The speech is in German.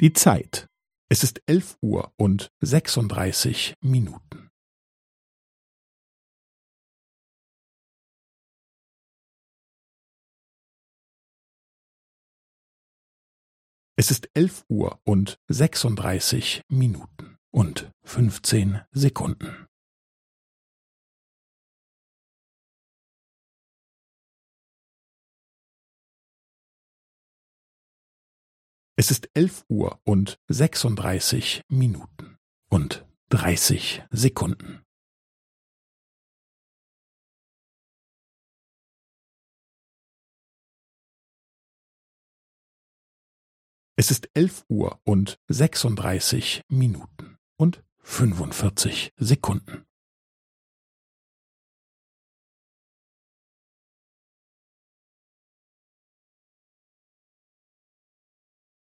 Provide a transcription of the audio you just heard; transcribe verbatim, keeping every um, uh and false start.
Die Zeit. Es ist elf Uhr und sechsunddreißig Minuten. Es ist elf Uhr und sechsunddreißig Minuten und fünfzehn Sekunden. Es ist elf Uhr und sechsunddreißig Minuten und dreißig Sekunden. Es ist elf Uhr und sechsunddreißig Minuten und fünfundvierzig Sekunden.